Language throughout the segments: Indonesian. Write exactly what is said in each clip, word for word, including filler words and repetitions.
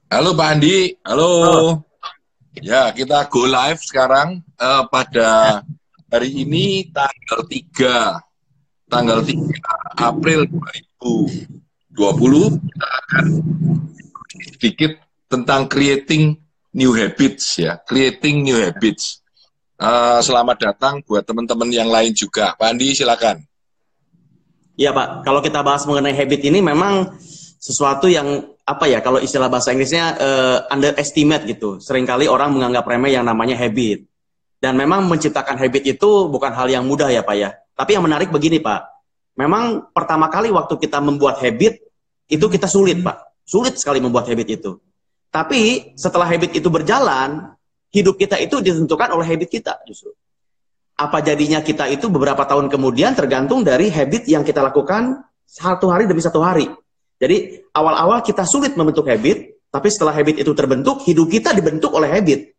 Halo Pak Andi, halo. Oh, Ya, kita go live sekarang eh, pada hari ini tanggal tiga, tanggal tiga April dua ribu dua puluh. Kita akan sedikit tentang creating new habits ya, creating new habits. Eh, selamat datang buat teman-teman yang lain juga. Pak Andi, silakan. iya Pak. Kalau kita bahas mengenai habit ini memang sesuatu yang apa ya? Kalau istilah bahasa Inggrisnya eh, underestimate gitu. Seringkali orang menganggap remeh yang namanya habit. Dan memang menciptakan habit itu bukan hal yang mudah ya Pak ya. Tapi yang menarik begini Pak. Memang pertama kali waktu kita membuat habit itu kita sulit Pak. Sulit sekali membuat habit itu. Tapi setelah habit itu berjalan, hidup kita itu ditentukan oleh habit kita justru. Apa jadinya kita itu beberapa tahun kemudian tergantung dari habit yang kita lakukan satu hari demi satu hari. Jadi awal-awal kita sulit membentuk habit, tapi setelah habit itu terbentuk, hidup kita dibentuk oleh habit.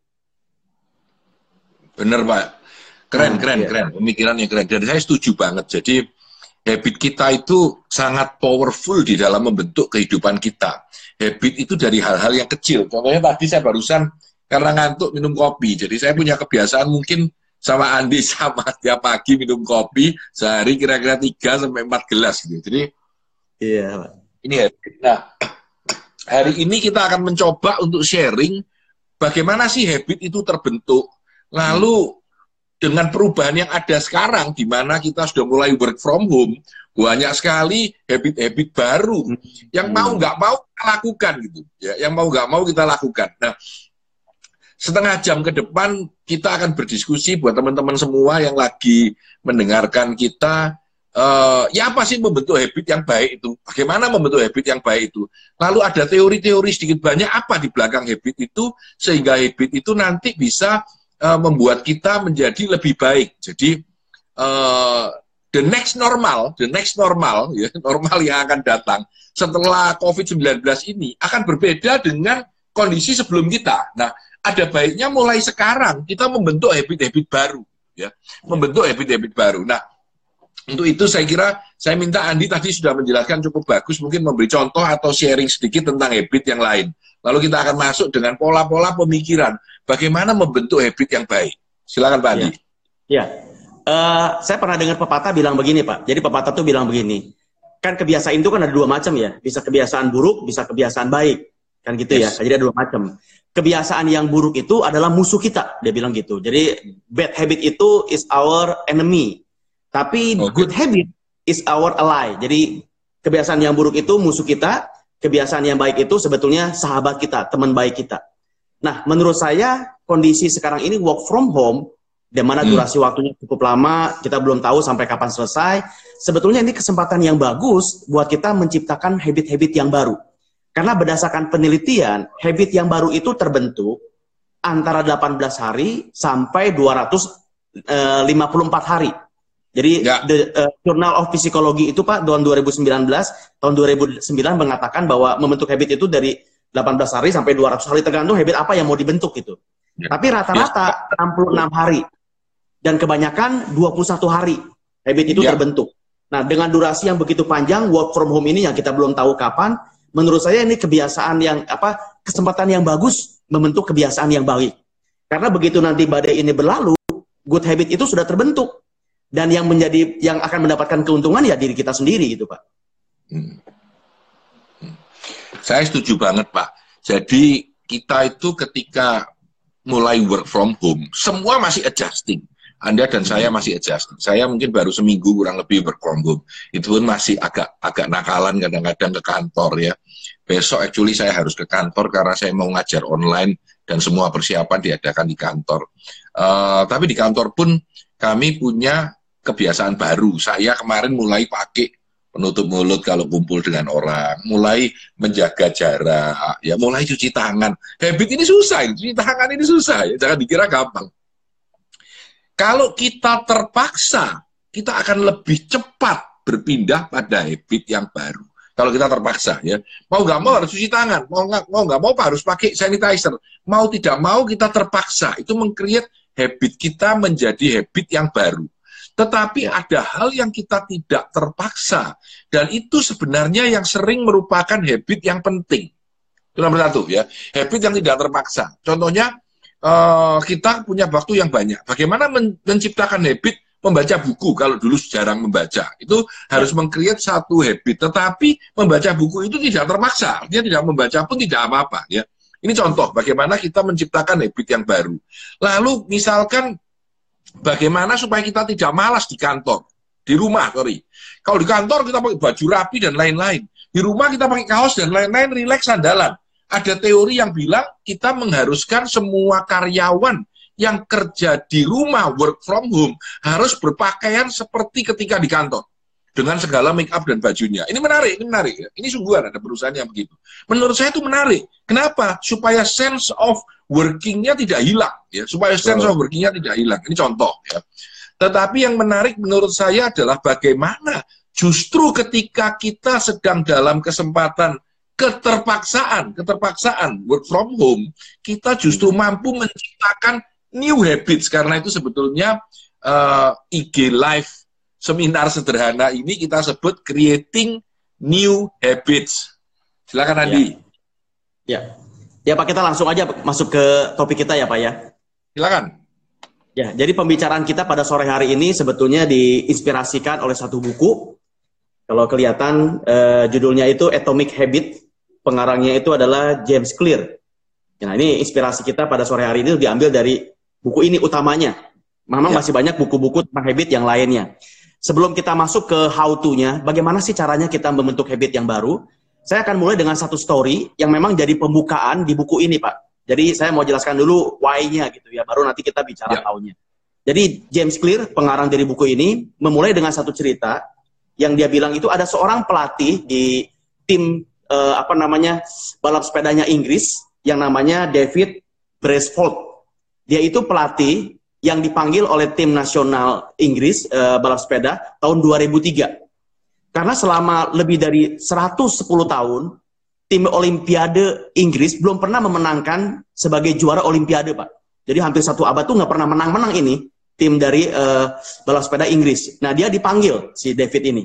Bener Pak, keren, Nah, keren, iya. keren. Pemikirannya keren. Dan saya setuju banget. Jadi habit kita itu sangat powerful di dalam membentuk kehidupan kita. Habit itu dari hal-hal yang kecil. Contohnya tadi saya barusan karena ngantuk minum kopi. Jadi saya punya kebiasaan mungkin sama Andi sama tiap pagi minum kopi sehari kira-kira tiga sampai empat gelas gitu. Jadi Iya, Pak. ini habit. Nah, hari ini kita akan mencoba untuk sharing bagaimana sih habit itu terbentuk. Hmm. Lalu dengan perubahan yang ada sekarang, di mana kita sudah mulai work from home, banyak sekali habit-habit baru yang mau Hmm. nggak mau kita lakukan gitu, ya. Yang mau nggak mau kita lakukan. Nah, setengah jam ke depan kita akan berdiskusi buat teman-teman semua yang lagi mendengarkan kita. Uh, ya apa sih membentuk habit yang baik itu? Bagaimana membentuk habit yang baik itu? Lalu ada teori-teori sedikit banyak apa di belakang habit itu sehingga habit itu nanti bisa uh, membuat kita menjadi lebih baik. Jadi uh, the next normal, the next normal, ya, normal yang akan datang setelah covid sembilan belas ini akan berbeda dengan kondisi sebelum kita. Nah, ada baiknya mulai sekarang kita membentuk habit-habit baru, ya, Ya. membentuk habit-habit baru. Nah, untuk itu saya kira saya minta Andi tadi sudah menjelaskan cukup bagus, mungkin memberi contoh atau sharing sedikit tentang habit yang lain. Lalu kita akan masuk dengan pola-pola pemikiran, bagaimana membentuk habit yang baik. Silakan Pak Andi. Ya. Ya. Eh, saya pernah dengar pepatah bilang begini, Pak. Jadi pepatah tuh bilang begini. Kan kebiasaan itu kan ada dua macam ya. Bisa kebiasaan buruk, bisa kebiasaan baik. Kan gitu ya. Yes. Jadi ada dua macam. Kebiasaan yang buruk itu adalah musuh kita, dia bilang gitu. Jadi bad habit itu is our enemy. Tapi Oke. good habit is our ally. Jadi kebiasaan yang buruk itu musuh kita, kebiasaan yang baik itu sebetulnya sahabat kita, teman baik kita. Nah, menurut saya kondisi sekarang ini work from home, di mana Hmm. durasi waktunya cukup lama, kita belum tahu sampai kapan selesai. Sebetulnya ini kesempatan yang bagus buat kita menciptakan habit-habit yang baru. Karena berdasarkan penelitian, habit yang baru itu terbentuk antara delapan belas hari sampai dua ratus lima puluh empat hari. Jadi Ya. the uh, Journal of Psychology itu Pak tahun dua ribu sembilan belas, tahun dua ribu sembilan mengatakan bahwa membentuk habit itu dari delapan belas hari sampai dua ratus hari tergantung habit apa yang mau dibentuk gitu. Ya. Tapi Yes. rata-rata enam puluh enam hari dan kebanyakan dua puluh satu hari habit itu Ya. terbentuk. Nah, dengan durasi yang begitu panjang work from home ini yang kita belum tahu kapan, menurut saya ini kebiasaan yang apa kesempatan yang bagus membentuk kebiasaan yang baik. Karena begitu nanti badai ini berlalu, good habit itu sudah terbentuk. Dan yang menjadi yang akan mendapatkan keuntungan ya diri kita sendiri gitu Pak. Hmm. Saya setuju banget Pak. Jadi kita itu ketika mulai work from home, semua masih adjusting. Anda dan saya masih adjusting. Saya mungkin baru seminggu kurang lebih work from home. Itu pun masih agak agak nakalan kadang-kadang ke kantor ya. Besok actually saya harus ke kantor karena saya mau ngajar online dan semua persiapan diadakan di kantor. Uh, tapi di kantor pun kami punya kebiasaan baru. Saya kemarin mulai pakai penutup mulut kalau kumpul dengan orang, mulai menjaga jarak, ya mulai cuci tangan. Habit ini susah, cuci tangan ini susah, ya jangan dikira gampang. Kalau kita terpaksa, kita akan lebih cepat berpindah pada habit yang baru. Kalau kita terpaksa, ya mau nggak mau harus cuci tangan, mau nggak mau nggak mau harus pakai sanitizer, mau tidak mau kita terpaksa. Itu meng-create habit kita menjadi habit yang baru. Tetapi Ya. ada hal yang kita tidak terpaksa, dan itu sebenarnya yang sering merupakan habit yang penting. Itu nomor satu ya. Habit yang tidak terpaksa. Contohnya uh, kita punya waktu yang banyak. Bagaimana men menciptakan habit membaca buku kalau dulu jarang membaca. Itu harus ya. meng-create satu habit. Tetapi membaca buku itu tidak terpaksa. Dia tidak membaca pun tidak apa-apa ya. Ini contoh bagaimana kita menciptakan habit yang baru. Lalu misalkan bagaimana supaya kita tidak malas di kantor. Di rumah, sorry. Kalau di kantor kita pakai baju rapi dan lain-lain. Di rumah kita pakai kaos dan lain-lain, rileks andalan. Ada teori yang bilang kita mengharuskan semua karyawan yang kerja di rumah, work from home, harus berpakaian seperti ketika di kantor. Dengan segala make up dan bajunya. Ini menarik, ini menarik. Ya. Ini sungguhan ada perusahaan yang begitu. Menurut saya itu menarik. Kenapa? Supaya sense of working-nya tidak hilang. Ya. Supaya sense of working-nya tidak hilang. Ini contoh. Ya. Tetapi yang menarik menurut saya adalah bagaimana justru ketika kita sedang dalam kesempatan keterpaksaan, keterpaksaan work from home, kita justru mampu menciptakan new habits. Karena itu sebetulnya uh, I G Live seminar sederhana ini kita sebut creating new habits. Silakan Andi. Ya. ya, ya Pak, kita langsung aja masuk ke topik kita ya Pak ya. Silakan. Ya, jadi pembicaraan kita pada sore hari ini sebetulnya diinspirasikan oleh satu buku. Kalau kelihatan eh, judulnya itu Atomic Habit, pengarangnya itu adalah James Clear. Nah, ini inspirasi kita pada sore hari ini diambil dari buku ini utamanya. Memang ya. masih banyak buku-buku tentang habit yang lainnya. Sebelum kita masuk ke how to-nya, bagaimana sih caranya kita membentuk habit yang baru? Saya akan mulai dengan satu story yang memang jadi pembukaan di buku ini, Pak. Jadi saya mau jelaskan dulu why-nya gitu ya, baru nanti kita bicara yeah. how-nya. Jadi James Clear, pengarang dari buku ini, memulai dengan satu cerita yang dia bilang itu ada seorang pelatih di tim eh, apa namanya balap sepedanya Inggris yang namanya David Brailsford. Dia itu pelatih yang dipanggil oleh tim nasional Inggris eh, balap sepeda tahun dua ribu tiga. Karena selama lebih dari seratus sepuluh tahun tim Olimpiade Inggris belum pernah memenangkan sebagai juara Olimpiade, Pak. Jadi hampir satu abad tuh nggak pernah menang-menang ini tim dari uh, balap sepeda Inggris. Nah, dia dipanggil si David ini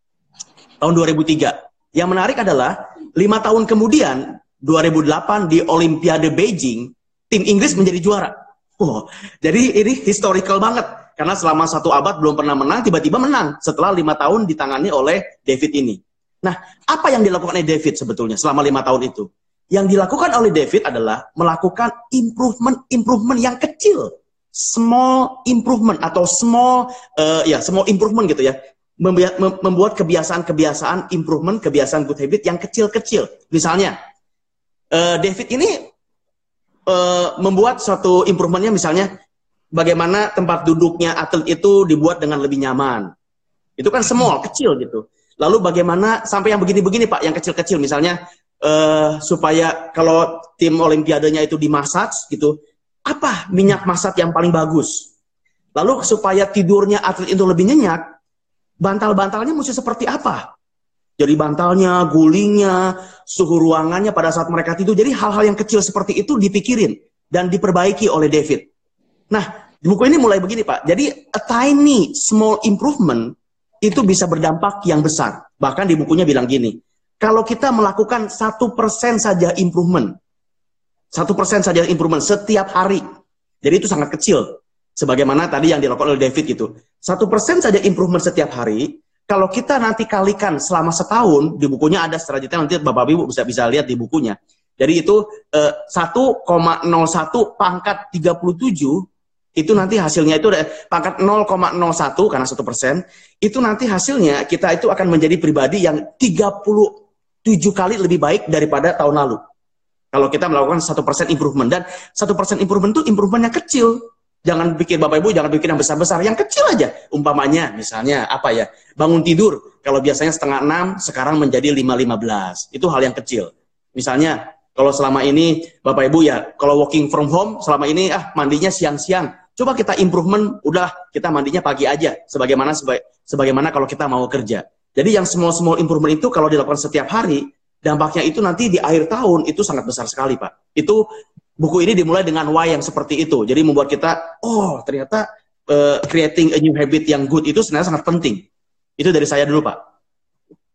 tahun dua ribu tiga. Yang menarik adalah lima tahun kemudian dua ribu delapan di Olimpiade Beijing tim Inggris menjadi juara. Oh, jadi ini historical banget karena selama satu abad belum pernah menang, tiba-tiba menang setelah lima tahun ditangani oleh David ini. Nah, apa yang dilakukan oleh David sebetulnya selama lima tahun itu? Yang dilakukan oleh David adalah melakukan improvement-improvement yang kecil. Small improvement atau small, uh, ya small improvement gitu ya. Membuat kebiasaan-kebiasaan improvement, kebiasaan good habit yang kecil-kecil. Misalnya, uh, David ini uh, membuat suatu improvementnya misalnya, bagaimana tempat duduknya atlet itu dibuat dengan lebih nyaman. Itu kan small, kecil gitu. Lalu bagaimana sampai yang begini-begini Pak, yang kecil-kecil misalnya uh, supaya kalau tim Olimpiadanya itu dimassage gitu, apa minyak massage yang paling bagus? Lalu supaya tidurnya atlet itu lebih nyenyak, bantal-bantalnya mesti seperti apa? Jadi bantalnya, gulingnya, suhu ruangannya pada saat mereka tidur. Jadi hal-hal yang kecil seperti itu dipikirin dan diperbaiki oleh David. Nah, di buku ini mulai begini Pak. Jadi a tiny small improvement itu bisa berdampak yang besar. Bahkan di bukunya bilang gini, kalau kita melakukan satu persen saja improvement, satu persen saja improvement setiap hari, jadi itu sangat kecil. Sebagaimana tadi yang dilakukan oleh David gitu. Satu persen saja improvement setiap hari, kalau kita nanti kalikan selama setahun, di bukunya ada secara detail, nanti Bapak Ibu bisa bisa lihat di bukunya. Jadi itu eh, satu koma nol satu pangkat tiga puluh tujuh, itu nanti hasilnya itu pangkat nol koma nol satu karena satu persen, itu nanti hasilnya kita itu akan menjadi pribadi yang tiga puluh tujuh kali lebih baik daripada tahun lalu. Kalau kita melakukan satu persen improvement, dan satu persen improvement itu improvementnya kecil. Jangan pikir Bapak Ibu, jangan pikir yang besar-besar, yang kecil aja. Umpamanya, misalnya apa ya, bangun tidur, kalau biasanya setengah enam, sekarang menjadi lima lima belas. Itu hal yang kecil. Misalnya, kalau selama ini Bapak Ibu ya, kalau working from home, selama ini ah mandinya siang-siang. Coba kita improvement, udah kita mandinya pagi aja, sebagaimana seba, sebagaimana kalau kita mau kerja. Jadi yang small-small improvement itu kalau dilakukan setiap hari, dampaknya itu nanti di akhir tahun itu sangat besar sekali Pak. Itu buku ini dimulai dengan why yang seperti itu. Jadi membuat kita, oh ternyata uh, creating a new habit yang good itu sebenarnya sangat penting. Itu dari saya dulu Pak.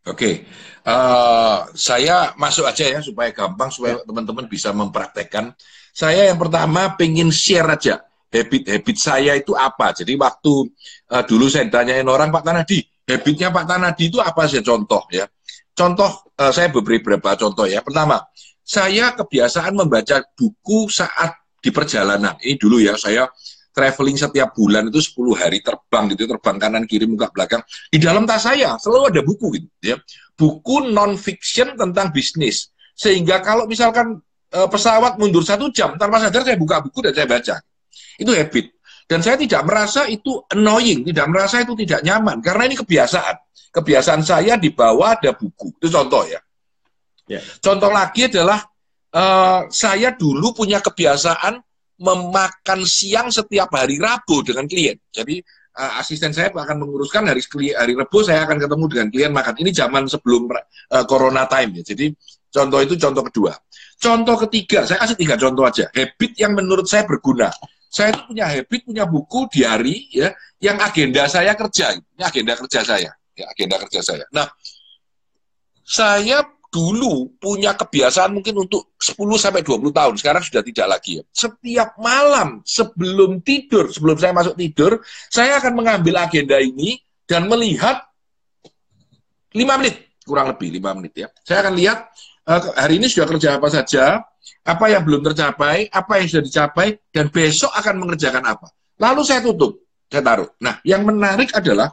Oke, uh, saya masuk aja ya supaya gampang, supaya teman-teman bisa mempraktekkan. Saya yang pertama pengen share aja habit-habit saya itu apa. Jadi waktu uh, dulu saya ditanyain orang, Pak Tanadi, habitnya Pak Tanadi itu apa sih, contoh ya. Contoh, uh, saya beri beberapa contoh ya. Pertama, saya kebiasaan membaca buku saat di perjalanan. Ini dulu ya, saya traveling setiap bulan itu sepuluh hari terbang gitu, terbang kanan kiri muka belakang. Di dalam tas saya selalu ada buku gitu ya. Buku non fiction tentang bisnis. Sehingga kalau misalkan e, pesawat mundur satu jam, tanpa sadar saya buka buku dan saya baca. Itu habit. Dan saya tidak merasa itu annoying, tidak merasa itu tidak nyaman karena ini kebiasaan. Kebiasaan saya di bawah ada buku. Itu contoh ya. Yeah. Contoh lagi adalah e, saya dulu punya kebiasaan memakan siang setiap hari Rabu dengan klien. Jadi uh, asisten saya akan menguruskan hari hari Rabu saya akan ketemu dengan klien makan. Ini zaman sebelum uh, Corona time ya. Jadi contoh itu contoh kedua. Contoh ketiga, saya kasih tiga contoh aja. Habit yang menurut saya berguna. Saya itu punya habit, punya buku diary ya, yang agenda saya kerja. Ini agenda kerja saya, ya, agenda kerja saya. Nah, saya dulu punya kebiasaan mungkin untuk sepuluh sampai dua puluh tahun, sekarang sudah tidak lagi ya. Setiap malam sebelum tidur, sebelum saya masuk tidur, saya akan mengambil agenda ini dan melihat lima menit, kurang lebih lima menit ya. Saya akan lihat uh, hari ini sudah kerja apa saja, apa yang belum tercapai, apa yang sudah dicapai, dan besok akan mengerjakan apa. Lalu saya tutup, saya taruh. Nah, yang menarik adalah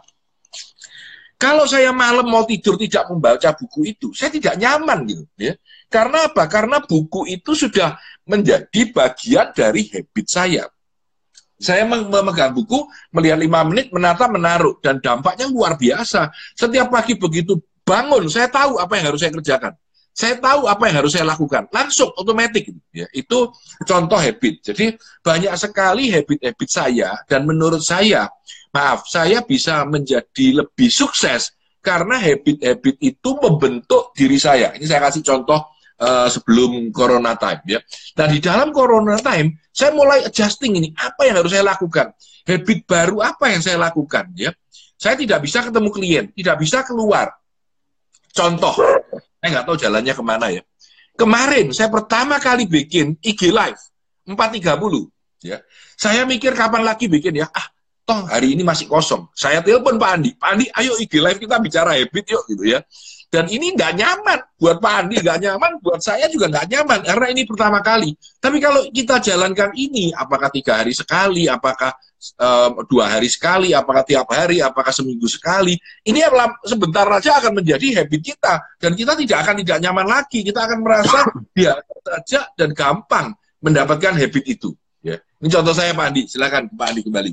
kalau saya malam mau tidur tidak membaca buku itu, saya tidak nyaman gitu ya. Karena apa? Karena buku itu sudah menjadi bagian dari habit saya. Saya memegang buku, melihat lima menit, menata, menaruh, dan dampaknya luar biasa. Setiap pagi begitu bangun, saya tahu apa yang harus saya kerjakan. Saya tahu apa yang harus saya lakukan. Langsung, otomatis. Ya. Itu contoh habit. Jadi banyak sekali habit-habit saya, dan menurut saya, maaf, saya bisa menjadi lebih sukses karena habit-habit itu membentuk diri saya. Ini saya kasih contoh uh, sebelum Corona time ya. Nah, di dalam Corona time, saya mulai adjusting ini. Apa yang harus saya lakukan? Habit baru apa yang saya lakukan ya? Saya tidak bisa ketemu klien, tidak bisa keluar. Contoh, saya nggak tahu jalannya kemana ya. Kemarin saya pertama kali bikin I G Live empat tiga puluh ya. Saya mikir kapan lagi bikin ya. Ah, toh hari ini masih kosong. Saya telepon Pak Andi. Pak Andi, ayo I G Live kita bicara habit yuk gitu ya. Dan ini nggak nyaman buat Pak Andi, nggak nyaman buat saya juga nggak nyaman karena ini pertama kali. Tapi kalau kita jalankan ini, apakah tiga hari sekali, apakah um, dua hari sekali, apakah tiap hari, apakah seminggu sekali, ini sebentar saja akan menjadi habit kita dan kita tidak akan tidak nyaman lagi. Kita akan merasa biasa saja dan gampang mendapatkan habit itu. Ya. Ini contoh saya Pak Andi. Silakan Pak Andi kembali.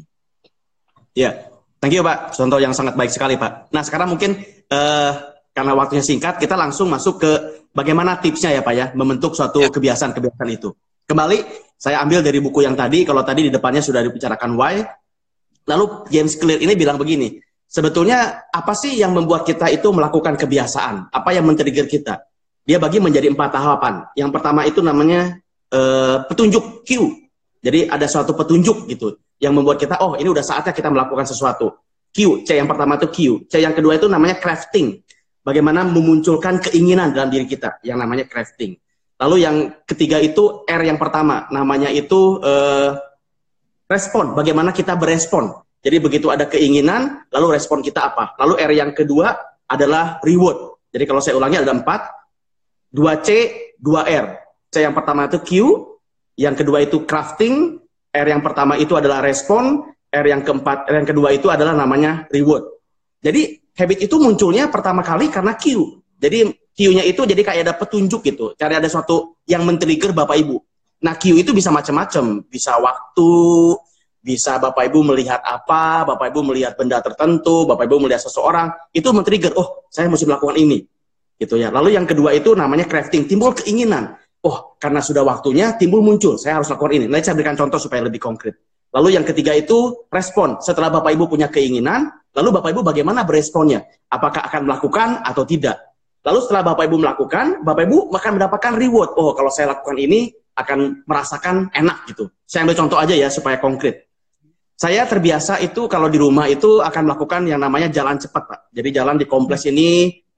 Ya, thank you Pak. Contoh yang sangat baik sekali Pak. Nah sekarang mungkin uh, karena waktunya singkat, kita langsung masuk ke bagaimana tipsnya ya Pak ya, membentuk suatu kebiasaan-kebiasaan itu. Kembali, saya ambil dari buku yang tadi, kalau tadi di depannya sudah dibicarakan why, lalu James Clear ini bilang begini, sebetulnya apa sih yang membuat kita itu melakukan kebiasaan? Apa yang men-trigger kita? Dia bagi menjadi empat tahapan. Yang pertama itu namanya uh, petunjuk Q. Jadi ada suatu petunjuk gitu, yang membuat kita, oh ini udah saatnya kita melakukan sesuatu. Q, C yang pertama itu Q. C yang kedua itu namanya crafting. Bagaimana memunculkan keinginan dalam diri kita, yang namanya crafting. Lalu yang ketiga itu R yang pertama, namanya itu uh, respon. Bagaimana kita berespon. Jadi begitu ada keinginan, lalu respon kita apa. Lalu R yang kedua adalah reward. Jadi kalau saya ulangi ada empat, dua C, dua R. C yang pertama itu Q, yang kedua itu crafting, R yang pertama itu adalah respon, R yang keempat, R yang kedua itu adalah namanya reward. Jadi habit itu munculnya pertama kali karena Q. Jadi Q-nya itu jadi kayak ada petunjuk gitu. Cari ada sesuatu yang men-trigger Bapak Ibu. Nah Q itu bisa macam-macam. Bisa waktu, bisa Bapak Ibu melihat apa, Bapak Ibu melihat benda tertentu, Bapak Ibu melihat seseorang. Itu men-trigger, oh saya mesti melakukan ini. Gitu ya. Lalu yang kedua itu namanya crafting. Timbul keinginan. Oh karena sudah waktunya timbul muncul. Saya harus lakukan ini. Nanti saya berikan contoh supaya lebih konkret. Lalu yang ketiga itu respon. Setelah Bapak Ibu punya keinginan, lalu Bapak Ibu bagaimana beresponnya? Apakah akan melakukan atau tidak? Lalu setelah Bapak Ibu melakukan, Bapak Ibu akan mendapatkan reward. Oh, kalau saya lakukan ini, akan merasakan enak gitu. Saya ambil contoh aja ya, supaya konkret. Saya terbiasa itu kalau di rumah itu akan melakukan yang namanya jalan cepat, Pak. Jadi jalan di kompleks ini,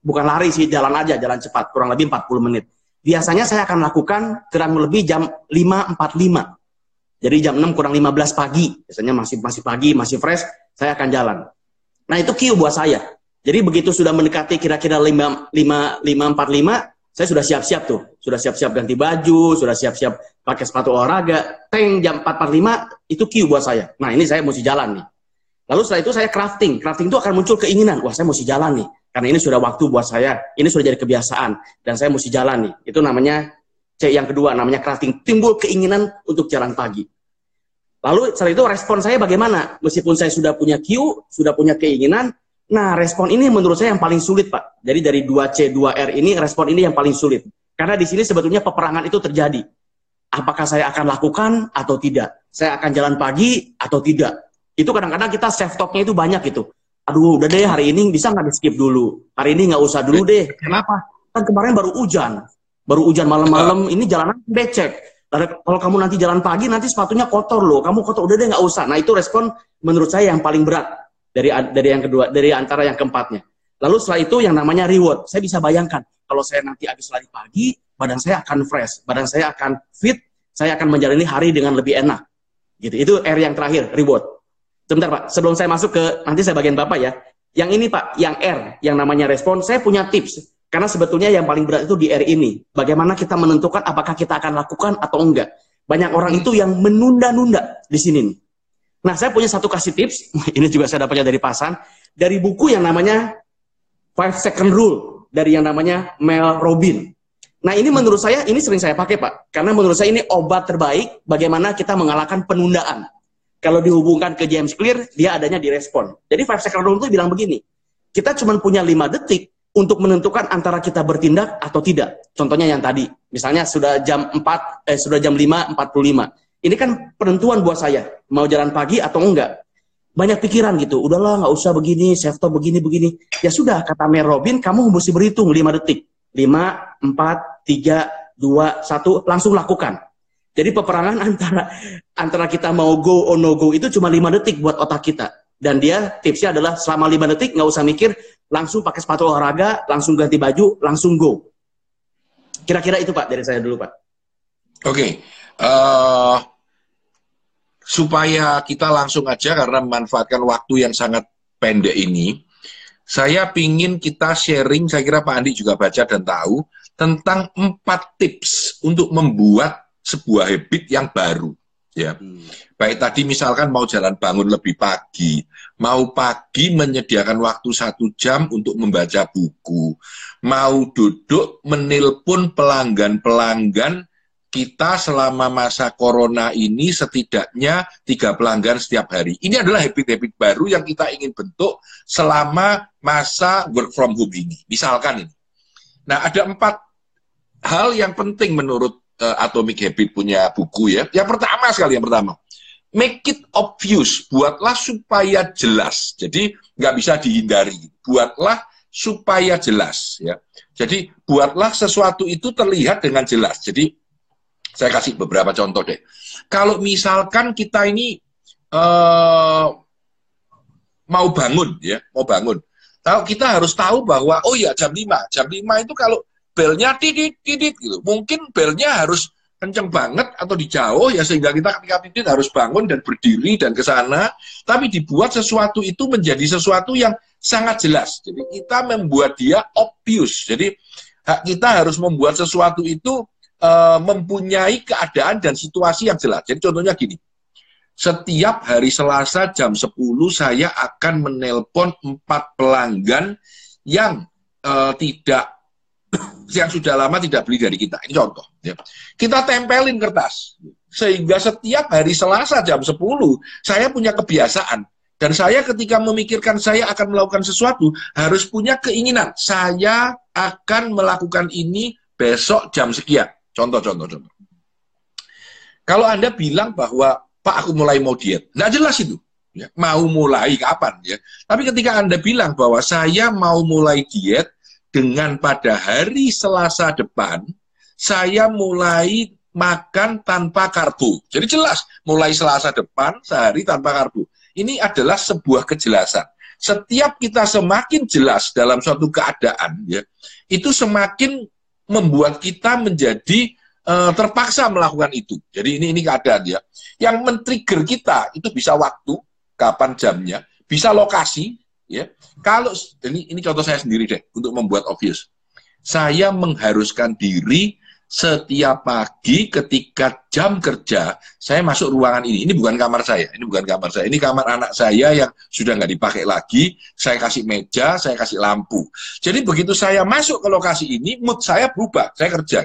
bukan lari sih, jalan aja, jalan cepat, kurang lebih empat puluh menit. Biasanya saya akan lakukan kurang lebih jam lima empat puluh lima. Jadi jam enam kurang lima belas pagi, biasanya masih masih pagi, masih fresh, saya akan jalan. Nah itu cue buat saya. Jadi begitu sudah mendekati kira-kira lima empat puluh lima, saya sudah siap-siap tuh. Sudah siap-siap ganti baju, sudah siap-siap pakai sepatu olahraga. Teng, jam empat empat puluh lima, itu cue buat saya. Nah ini saya mesti jalan nih. Lalu setelah itu saya crafting. Crafting itu akan muncul keinginan. Wah saya mesti jalan nih. Karena ini sudah waktu buat saya. Ini sudah jadi kebiasaan. Dan saya mesti jalan nih. Itu namanya C yang kedua, namanya crafting. Timbul keinginan untuk jalan pagi. Lalu setelah itu respon saya bagaimana? Meskipun saya sudah punya cue, sudah punya keinginan, nah respon ini menurut saya yang paling sulit, Pak. Jadi dari dua C, dua R ini, respon ini yang paling sulit. Karena di sini sebetulnya peperangan itu terjadi. Apakah saya akan lakukan atau tidak? Saya akan jalan pagi atau tidak? Itu kadang-kadang kita self-talk-nya itu banyak gitu. Aduh, udah deh hari ini bisa nggak di-skip dulu? Hari ini nggak usah dulu deh. Kenapa? Kan kemarin baru hujan. Baru hujan malam-malam, ini jalanan becek. Kalau kamu nanti jalan pagi, nanti sepatunya kotor loh. Kamu kotor, udah deh nggak usah. Nah itu respon menurut saya yang paling berat dari dari yang kedua, dari antara yang keempatnya. Lalu setelah itu yang namanya reward. Saya bisa bayangkan kalau saya nanti habis lari pagi, badan saya akan fresh, badan saya akan fit, saya akan menjalani hari dengan lebih enak. Gitu. Itu R yang terakhir, reward. Sebentar Pak, sebelum saya masuk ke nanti saya bagian Bapak ya. Yang ini Pak, yang R, yang namanya respon, saya punya tips. Karena sebetulnya yang paling berat itu di R ini. Bagaimana kita menentukan apakah kita akan lakukan atau enggak. Banyak orang itu yang menunda-nunda di sini. Nah, saya punya satu kasih tips. Ini juga saya dapatnya dari Pasan. Dari buku yang namanya five second Rule. Dari yang namanya Mel Robbins. Nah, ini menurut saya, ini sering saya pakai, Pak. Karena menurut saya ini obat terbaik bagaimana kita mengalahkan penundaan. Kalau dihubungkan ke James Clear, dia adanya di respon. Jadi five second Rule itu bilang begini. Kita cuma punya lima detik untuk menentukan antara kita bertindak atau tidak. Contohnya yang tadi, misalnya sudah jam empat, eh, sudah jam lima empat puluh lima. Ini kan penentuan buat saya, mau jalan pagi atau enggak. Banyak pikiran gitu, udahlah nggak usah begini, self-talk begini-begini. Ya sudah, kata Mel Robbins, kamu mesti berhitung lima detik. lima, empat, tiga, dua, satu, langsung lakukan. Jadi peperangan antara antara kita mau go or no go itu cuma lima detik buat otak kita. Dan dia tipsnya adalah selama lima detik nggak usah mikir, langsung pakai sepatu olahraga, langsung ganti baju, langsung go. Kira-kira itu Pak dari saya dulu Pak. Oke, okay. uh, supaya kita langsung aja karena memanfaatkan waktu yang sangat pendek ini, saya pingin kita sharing, saya kira Pak Andi juga baca dan tahu, tentang empat tips untuk membuat sebuah habit yang baru. Ya, hmm. Baik tadi misalkan mau jalan bangun lebih pagi, mau pagi menyediakan waktu satu jam untuk membaca buku, mau duduk menelpon pelanggan-pelanggan kita selama masa corona ini setidaknya tiga pelanggan setiap hari. Ini adalah habit-habit baru yang kita ingin bentuk selama masa work from home ini. Misalkan ini. Nah, ada empat hal yang penting menurut Uh, Atomic Habit punya buku ya. Yang pertama sekali, yang pertama, make it obvious. Buatlah supaya jelas. Jadi nggak bisa dihindari. Buatlah supaya jelas ya. Jadi buatlah sesuatu itu terlihat dengan jelas. Jadi saya kasih beberapa contoh deh. Kalau misalkan kita ini uh, mau bangun ya, mau bangun. Tahu kita harus tahu bahwa oh ya jam lima. Jam lima itu kalau belnya titit titit gitu. Mungkin belnya harus kenceng banget atau dijauh ya sehingga kita ketika titit harus bangun dan berdiri dan ke sana. Tapi dibuat sesuatu itu menjadi sesuatu yang sangat jelas. Jadi kita membuat dia obvious. Jadi kita harus membuat sesuatu itu uh, mempunyai keadaan dan situasi yang jelas. Jadi contohnya gini. Setiap hari Selasa jam sepuluh saya akan menelpon empat pelanggan yang uh, tidak yang sudah lama tidak beli dari kita. Ini contoh. Ya. Kita tempelin kertas. Sehingga setiap hari Selasa jam sepuluh, saya punya kebiasaan. Dan saya ketika memikirkan saya akan melakukan sesuatu, harus punya keinginan. Saya akan melakukan ini besok jam sekian. Contoh, contoh, contoh. Kalau Anda bilang bahwa, Pak, aku mulai mau diet. Nggak jelas itu. Ya. Mau mulai kapan? Ya. Tapi ketika Anda bilang bahwa saya mau mulai diet, dengan pada hari Selasa depan, saya mulai makan tanpa karbo. Jadi jelas, mulai Selasa depan, sehari tanpa karbo. Ini adalah sebuah kejelasan. setiap kita semakin jelas dalam suatu keadaan, ya, itu semakin membuat kita menjadi uh, terpaksa melakukan itu. Jadi ini ini keadaan, ya. Yang men-trigger kita itu bisa waktu, kapan jamnya, bisa lokasi, ya. Kalau ini ini contoh saya sendiri deh untuk membuat obvious. Saya mengharuskan diri setiap pagi ketika jam kerja, saya masuk ruangan ini. Ini bukan kamar saya, ini bukan kamar saya. Ini kamar anak saya yang sudah nggak dipakai lagi. Saya kasih meja, saya kasih lampu. Jadi begitu saya masuk ke lokasi ini, mood saya berubah. Saya kerja.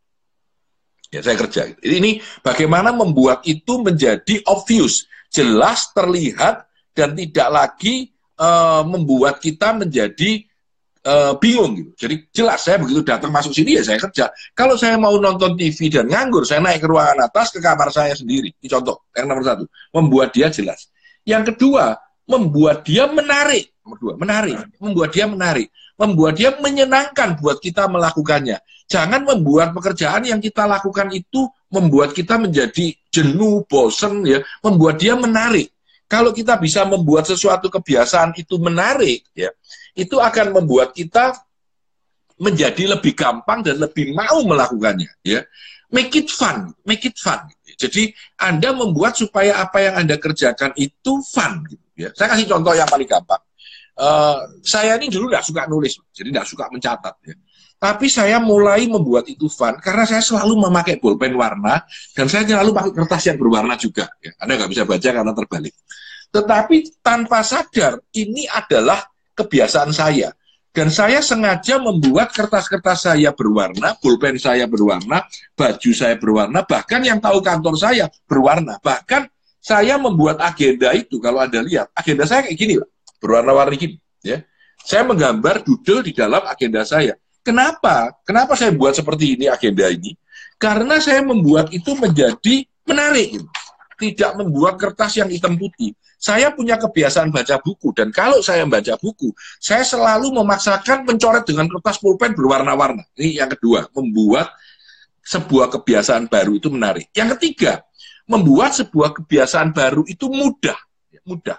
Ya, saya kerja. Ini bagaimana membuat itu menjadi obvious, jelas, terlihat, dan tidak lagi uh, membuat kita menjadi Uh, bingung gitu. Jadi jelas saya begitu datang masuk sini ya saya kerja. Kalau saya mau nonton T V dan nganggur, saya naik ke ruangan atas ke kamar saya sendiri. Ini contoh yang nomor satu, membuat dia jelas. Yang kedua, membuat dia menarik. Nomor dua, menarik. Membuat dia menarik. Membuat dia menyenangkan buat kita melakukannya. Jangan membuat pekerjaan yang kita lakukan itu membuat kita menjadi jenuh, bosen, ya. Membuat dia menarik. Kalau kita bisa membuat sesuatu kebiasaan itu menarik, ya, itu akan membuat kita menjadi lebih gampang dan lebih mau melakukannya, ya. Make it fun, make it fun. Jadi Anda membuat supaya apa yang Anda kerjakan itu fun, gitu, ya. Saya kasih contoh yang paling gampang. Uh, saya ini dulu nggak suka nulis, jadi nggak suka mencatat, ya. Tapi saya mulai membuat itu fun karena saya selalu memakai bolpen warna dan saya selalu pakai kertas yang berwarna juga, ya. Anda nggak bisa baca karena terbalik. Tetapi tanpa sadar ini adalah kebiasaan saya. Dan saya sengaja membuat kertas-kertas saya berwarna, pulpen saya berwarna, baju saya berwarna, bahkan yang tahu kantor saya berwarna. Bahkan saya membuat agenda itu, kalau Anda lihat, agenda saya kayak gini, Pak, berwarna-warni gini. Ya. Saya menggambar doodle di dalam agenda saya. Kenapa? Kenapa saya buat seperti ini agenda ini? Karena saya membuat itu menjadi menarik. Gitu. Tidak membuat kertas yang hitam putih. Saya punya kebiasaan baca buku, dan kalau saya membaca buku, saya selalu memaksakan mencoret dengan kertas pulpen berwarna-warna. Ini yang kedua, membuat sebuah kebiasaan baru itu menarik. Yang ketiga, membuat sebuah kebiasaan baru itu mudah. Mudah.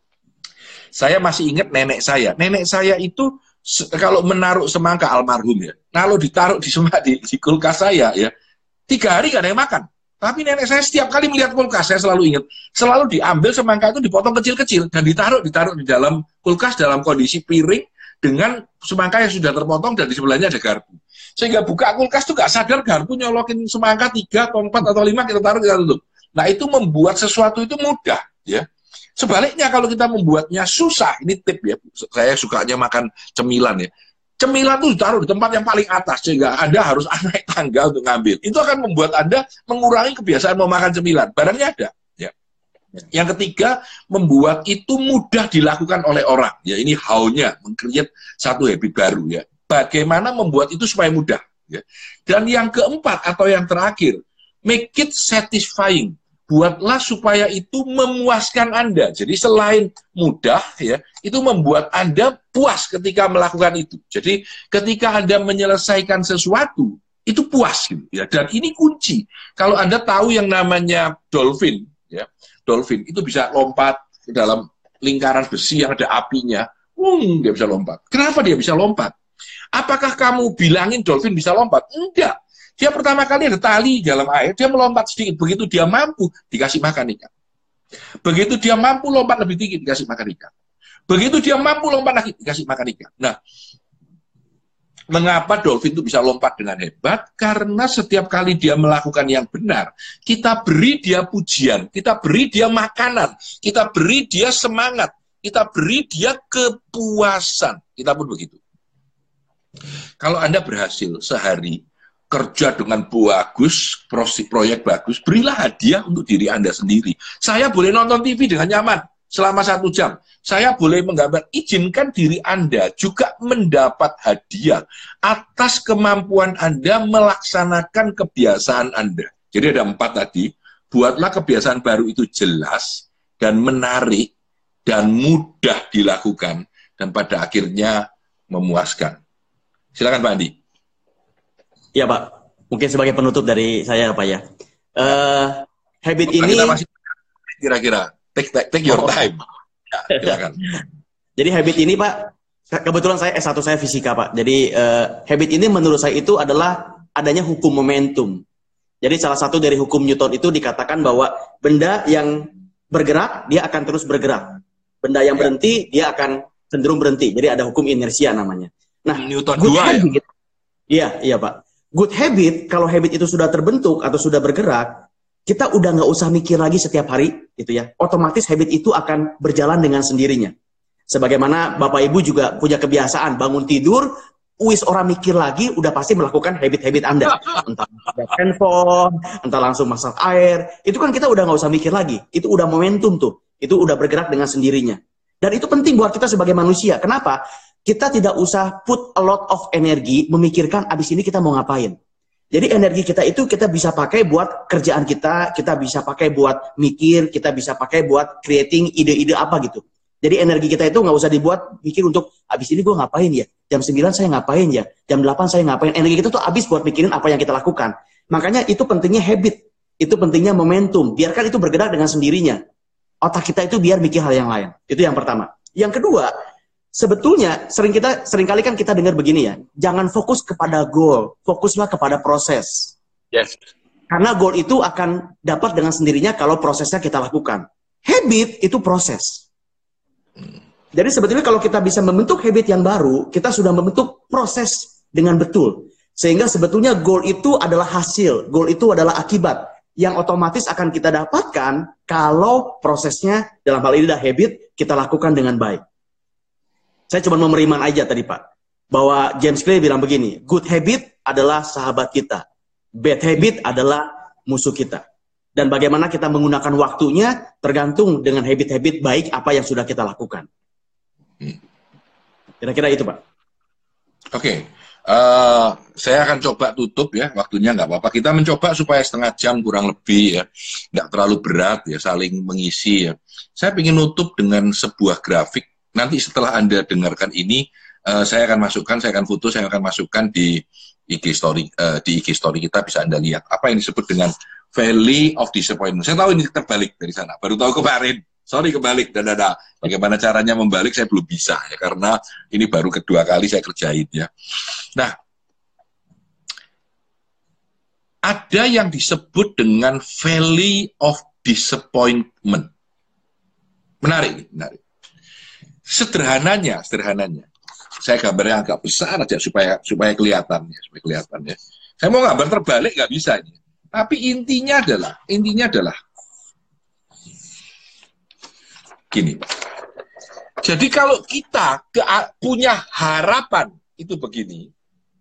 Saya masih ingat nenek saya. Nenek saya itu kalau menaruh semangka almarhum, ya, kalau ditaruh di, di, di kulkas saya, ya, tiga hari gak ada yang makan. Tapi nenek saya setiap kali melihat kulkas, saya selalu ingat, selalu diambil semangka itu dipotong kecil-kecil dan ditaruh ditaruh di dalam kulkas dalam kondisi piring dengan semangka yang sudah terpotong dan di sebelahnya ada garpu. Sehingga buka kulkas itu nggak sadar garpu nyolokin semangka tiga atau empat atau lima, kita taruh, kita tutup. Nah, itu membuat sesuatu itu mudah, ya. Sebaliknya kalau kita membuatnya susah, ini tip, ya. Saya sukanya makan cemilan, ya. Cemilan itu ditaruh di tempat yang paling atas, sehingga Anda harus naik tangga untuk ngambil. Itu akan membuat Anda mengurangi kebiasaan memakan cemilan. Barangnya ada. Ya. Yang ketiga, membuat itu mudah dilakukan oleh orang. Ya, ini how-nya, meng-create satu habit baru. Ya. Bagaimana membuat itu supaya mudah. Ya. Dan yang keempat atau yang terakhir, make it satisfying. Buatlah supaya itu memuaskan Anda. Jadi selain mudah, ya, itu membuat Anda puas ketika melakukan itu. Jadi ketika Anda menyelesaikan sesuatu, itu puas, gitu, ya. Dan ini kunci. Kalau Anda tahu yang namanya dolphin, ya, dolphin itu bisa lompat ke dalam lingkaran besi yang ada apinya. Hmm, dia bisa lompat. Kenapa dia bisa lompat? Apakah kamu bilangin dolphin bisa lompat? Enggak. Dia pertama kali ada tali dalam air, dia melompat sedikit. Begitu dia mampu, dikasih makan ikan. Begitu dia mampu lompat lebih tinggi, dikasih makan ikan. Begitu dia mampu lompat lagi, dikasih makan ikan. Nah, mengapa dolphin itu bisa lompat dengan hebat? Karena setiap kali dia melakukan yang benar, kita beri dia pujian, kita beri dia makanan, kita beri dia semangat, kita beri dia kepuasan. Kita pun begitu. Kalau Anda berhasil sehari, kerja dengan bagus, proyek bagus, berilah hadiah untuk diri Anda sendiri. Saya boleh nonton T V dengan nyaman selama satu jam. Saya boleh menggambar. Izinkan diri Anda juga mendapat hadiah atas kemampuan Anda melaksanakan kebiasaan Anda. Jadi ada empat tadi. Buatlah kebiasaan baru itu jelas dan menarik dan mudah dilakukan dan pada akhirnya memuaskan. Silakan Pak Andi. Ya Pak, mungkin sebagai penutup dari saya Pak ya. Uh, habit oh, ini kira-kira take, take, take your oh. time. Ya, silakan. Jadi habit ini Pak, kebetulan saya S satu saya fisika Pak. Jadi uh, habit ini menurut saya itu adalah adanya hukum momentum. Jadi salah satu dari hukum Newton itu dikatakan bahwa benda yang bergerak dia akan terus bergerak. Benda yang berhenti dia akan cenderung berhenti. Jadi ada hukum inersia namanya. Nah, Newton good dua habit, ya? Iya, iya Pak. Good habit, kalau habit itu sudah terbentuk atau sudah bergerak, kita udah nggak usah mikir lagi setiap hari, gitu ya. Otomatis habit itu akan berjalan dengan sendirinya. Sebagaimana Bapak Ibu juga punya kebiasaan bangun tidur, wis orang mikir lagi, udah pasti melakukan habit-habit Anda. Entah masak handphone, entah langsung masak air. Itu kan kita udah nggak usah mikir lagi. Itu udah momentum tuh. Itu udah bergerak dengan sendirinya. Dan itu penting buat kita sebagai manusia. Kenapa? Kita tidak usah put a lot of energi memikirkan abis ini kita mau ngapain. Jadi energi kita itu kita bisa pakai buat kerjaan kita, kita bisa pakai buat mikir, kita bisa pakai buat creating ide-ide apa gitu. Jadi energi kita itu nggak usah dibuat mikir untuk abis ini gue ngapain ya, jam sembilan saya ngapain ya, jam delapan saya ngapain. Energi kita tuh abis buat mikirin apa yang kita lakukan. Makanya itu pentingnya habit, itu pentingnya momentum. Biarkan itu bergerak dengan sendirinya. Otak kita itu biar mikir hal yang lain. Itu yang pertama. Yang kedua, sebetulnya sering kita seringkali kan kita dengar begini ya, jangan fokus kepada goal, fokuslah kepada proses. Yes. Karena goal itu akan dapat dengan sendirinya kalau prosesnya kita lakukan. Habit itu proses. Jadi sebetulnya kalau kita bisa membentuk habit yang baru, kita sudah membentuk proses dengan betul. Sehingga sebetulnya goal itu adalah hasil, goal itu adalah akibat yang otomatis akan kita dapatkan kalau prosesnya dalam hal ini adalah habit kita lakukan dengan baik. Saya cuma memeriman aja tadi Pak, bahwa James Clear bilang begini, good habit adalah sahabat kita, bad habit adalah musuh kita. Dan bagaimana kita menggunakan waktunya tergantung dengan habit-habit baik apa yang sudah kita lakukan. Kira-kira itu Pak. Oke, okay. uh, saya akan coba tutup ya, waktunya nggak apa-apa. Kita mencoba supaya setengah jam kurang lebih ya, nggak terlalu berat ya, saling mengisi ya. Saya ingin nutup dengan sebuah grafik. Nanti setelah Anda dengarkan ini, uh, saya akan masukkan, saya akan foto, saya akan masukkan di I G story, uh, di I G story kita bisa Anda lihat apa yang disebut dengan Valley of Disappointment. Saya tahu ini terbalik dari sana, baru tahu kemarin. Sorry kebalik dan ada bagaimana caranya membalik saya belum bisa ya karena ini baru kedua kali saya kerjain ya. Nah, ada yang disebut dengan Valley of Disappointment. Menarik, menarik. Sederhananya, sederhananya. Saya gambarnya agak besar aja supaya supaya kelihatan ya, supaya kelihatan ya. Saya mau gambar terbalik nggak bisa ini. Tapi intinya adalah, intinya adalah gini, Pak. Jadi kalau kita ke, punya harapan itu begini,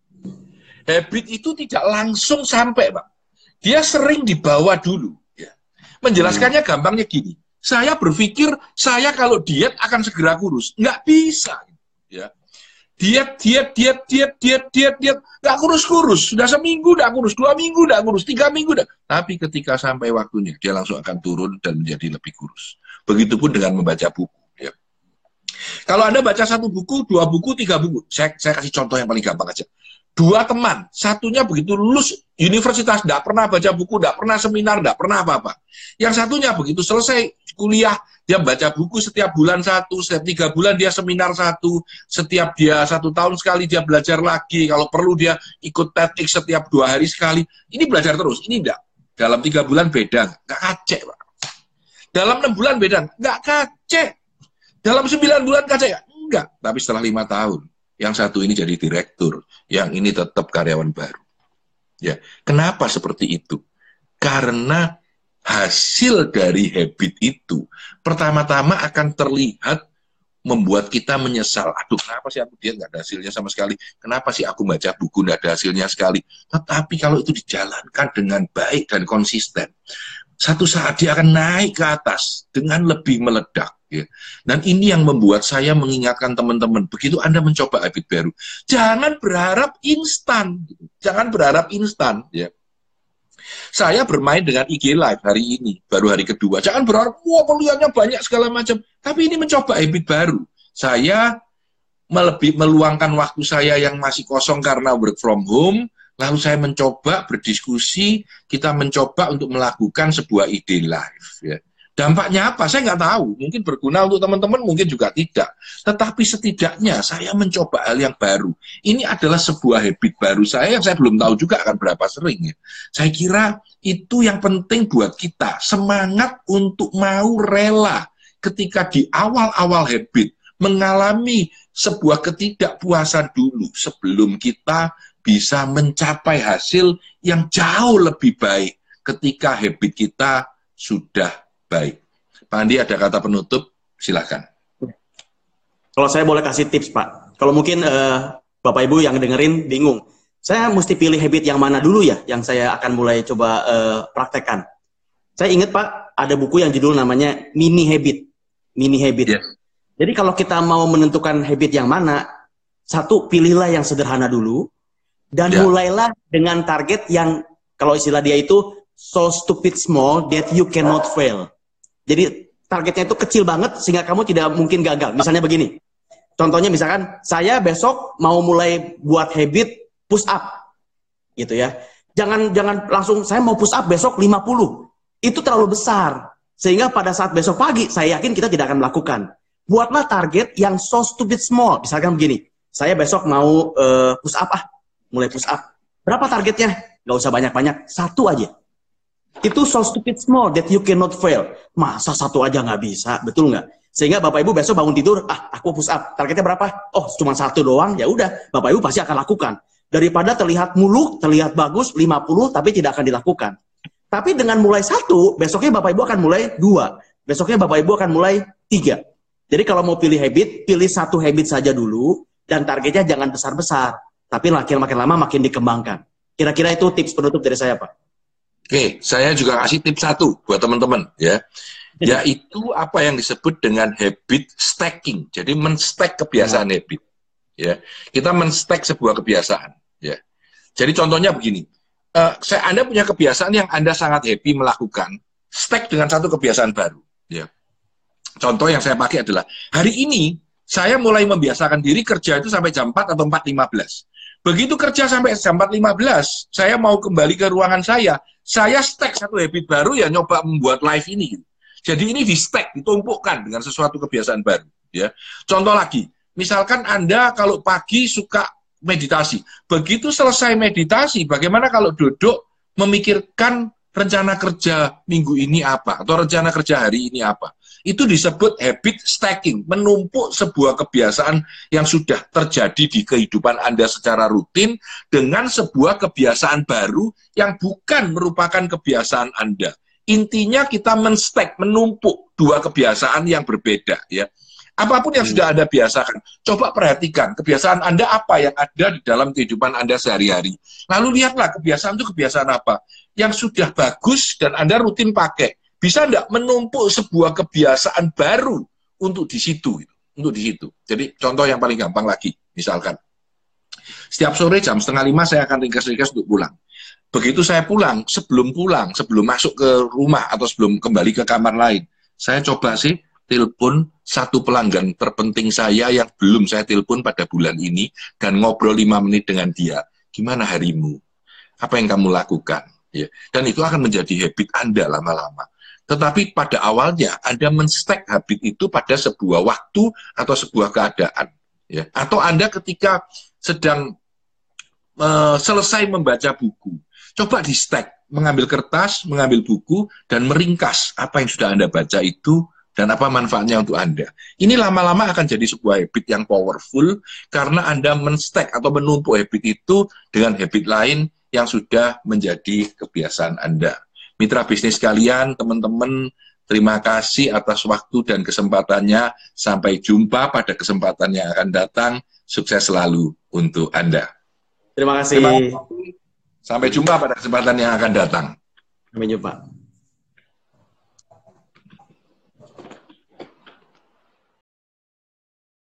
habit itu tidak langsung sampai, Pak. Dia sering dibawa dulu. Ya. Menjelaskannya hmm. gampangnya gini, saya berpikir saya kalau diet akan segera kurus. Nggak bisa. Ya. Diet, diet, diet, diet, diet, diet, diet, nggak kurus-kurus. Sudah seminggu nggak kurus, dua minggu nggak kurus, tiga minggu nggak. Tapi ketika sampai waktunya, dia langsung akan turun dan menjadi lebih kurus. Begitupun dengan membaca buku. Ya. Kalau Anda baca satu buku, dua buku, tiga buku, saya, saya kasih contoh yang paling gampang aja. Dua teman, satunya begitu lulus universitas, tidak pernah baca buku, tidak pernah seminar, tidak pernah apa-apa. Yang satunya begitu selesai kuliah, dia baca buku setiap bulan satu, setiap tiga bulan dia seminar satu, setiap dia satu tahun sekali dia belajar lagi, kalau perlu dia ikut TEDx setiap dua hari sekali. Ini belajar terus, ini tidak. Dalam tiga bulan beda, nggak kacek, Pak. Dalam enam bulan beda, nggak kacek. Dalam sembilan bulan kacek, enggak. Tapi setelah lima tahun, yang satu ini jadi direktur, yang ini tetap karyawan baru. Ya, kenapa seperti itu? Karena hasil dari habit itu, pertama-tama akan terlihat membuat kita menyesal. Aduh, kenapa sih aku diet nggak ada hasilnya sama sekali? Kenapa sih aku baca buku nggak ada hasilnya sekali? Tetapi kalau itu dijalankan dengan baik dan konsisten, satu saat dia akan naik ke atas dengan lebih meledak. Ya. Dan ini yang membuat saya mengingatkan teman-teman, begitu Anda mencoba habit baru, jangan berharap instan. Jangan berharap instan. Ya. Saya bermain dengan I G Live hari ini, baru hari kedua. Jangan berharap, wah pilihannya banyak segala macam. Tapi ini mencoba habit baru. Saya melebih, meluangkan waktu saya yang masih kosong karena work from home, lalu saya mencoba berdiskusi, kita mencoba untuk melakukan sebuah ide live. Ya. Dampaknya apa? Saya nggak tahu. Mungkin berguna untuk teman-teman, mungkin juga tidak. Tetapi setidaknya saya mencoba hal yang baru. Ini adalah sebuah habit baru saya yang saya belum tahu juga akan berapa sering. Ya. Saya kira itu yang penting buat kita. Semangat untuk mau rela ketika di awal-awal habit mengalami sebuah ketidakpuasan dulu sebelum kita bisa mencapai hasil yang jauh lebih baik ketika habit kita sudah baik. Pak Andi ada kata penutup, silakan. Kalau saya boleh kasih tips, Pak. Kalau mungkin uh, Bapak Ibu yang dengerin bingung, saya mesti pilih habit yang mana dulu ya, yang saya akan mulai coba uh, praktekkan. Saya ingat, Pak, ada buku yang judul namanya Mini Habit. Mini Habit. Yes. Jadi kalau kita mau menentukan habit yang mana, satu, pilihlah yang sederhana dulu, dan yeah. mulailah dengan target yang, kalau istilah dia itu, so stupid small that you cannot fail. Jadi targetnya itu kecil banget sehingga kamu tidak mungkin gagal. Misalnya begini, contohnya misalkan saya besok mau mulai buat habit push up, gitu ya. Jangan jangan langsung saya mau push up besok lima puluh. Itu terlalu besar. Sehingga pada saat besok pagi saya yakin kita tidak akan melakukan. Buatlah target yang so stupid small. Misalkan begini, saya besok mau uh, push up ah, mulai push up. Berapa targetnya? Gak usah banyak-banyak, satu aja. Itu so stupid small that you cannot fail. Masa satu aja nggak bisa, betul nggak? Sehingga Bapak Ibu besok bangun tidur, ah aku push up, targetnya berapa? Oh cuma satu doang, ya udah, Bapak Ibu pasti akan lakukan. Daripada terlihat muluk, terlihat bagus, lima puluh, tapi tidak akan dilakukan. Tapi dengan mulai satu, besoknya Bapak Ibu akan mulai dua, besoknya Bapak Ibu akan mulai tiga. Jadi kalau mau pilih habit, pilih satu habit saja dulu, dan targetnya jangan besar-besar, tapi makin makin lama makin dikembangkan. Kira-kira itu tips penutup dari saya, Pak. Oke, saya juga kasih tips satu buat teman-teman ya, yaitu apa yang disebut dengan habit stacking. Jadi men-stack kebiasaan ya. habit. Ya, kita men-stack sebuah kebiasaan. Ya, jadi contohnya begini, uh, saya Anda punya kebiasaan yang Anda sangat happy melakukan, stack dengan satu kebiasaan baru. Ya, contoh yang saya pakai adalah hari ini saya mulai membiasakan diri kerja itu sampai jam empat atau empat lima belas. Begitu kerja sampai jam empat lima belas, saya mau kembali ke ruangan saya, saya stack satu habit baru ya, nyoba membuat live ini. Jadi ini di stack, ditumpukkan dengan sesuatu kebiasaan baru. Ya. Contoh lagi, misalkan Anda kalau pagi suka meditasi, begitu selesai meditasi, bagaimana kalau duduk memikirkan rencana kerja minggu ini apa, atau rencana kerja hari ini apa. Itu disebut habit stacking, menumpuk sebuah kebiasaan yang sudah terjadi di kehidupan Anda secara rutin dengan sebuah kebiasaan baru yang bukan merupakan kebiasaan Anda. Intinya kita men-stack, menumpuk dua kebiasaan yang berbeda. Ya. Apapun yang sudah Anda biasakan, coba perhatikan kebiasaan Anda apa yang ada di dalam kehidupan Anda sehari-hari. Lalu lihatlah kebiasaan itu kebiasaan apa yang sudah bagus dan Anda rutin pakai. Bisa enggak menumpuk sebuah kebiasaan baru untuk di situ, untuk di situ. Jadi contoh yang paling gampang lagi, misalkan setiap sore jam setengah lima saya akan ringkas-ringkas untuk pulang. Begitu saya pulang, sebelum pulang, sebelum masuk ke rumah atau sebelum kembali ke kamar lain, saya coba sih telepon satu pelanggan terpenting saya yang belum saya telepon pada bulan ini dan ngobrol lima menit dengan dia. Gimana harimu? Apa yang kamu lakukan? Ya. Dan itu akan menjadi habit Anda lama-lama. Tetapi pada awalnya Anda men-stack habit itu pada sebuah waktu atau sebuah keadaan. Ya. Atau Anda ketika sedang uh, selesai membaca buku, coba di-stack, mengambil kertas, mengambil buku, dan meringkas apa yang sudah Anda baca itu, dan apa manfaatnya untuk Anda. Ini lama-lama akan jadi sebuah habit yang powerful, karena Anda men-stack atau menumpuk habit itu dengan habit lain yang sudah menjadi kebiasaan Anda. Mitra bisnis kalian, teman-teman, terima kasih atas waktu dan kesempatannya. Sampai jumpa pada kesempatan yang akan datang. Sukses selalu untuk Anda. Terima kasih. Terima kasih. Sampai jumpa pada kesempatan yang akan datang. Sampai jumpa.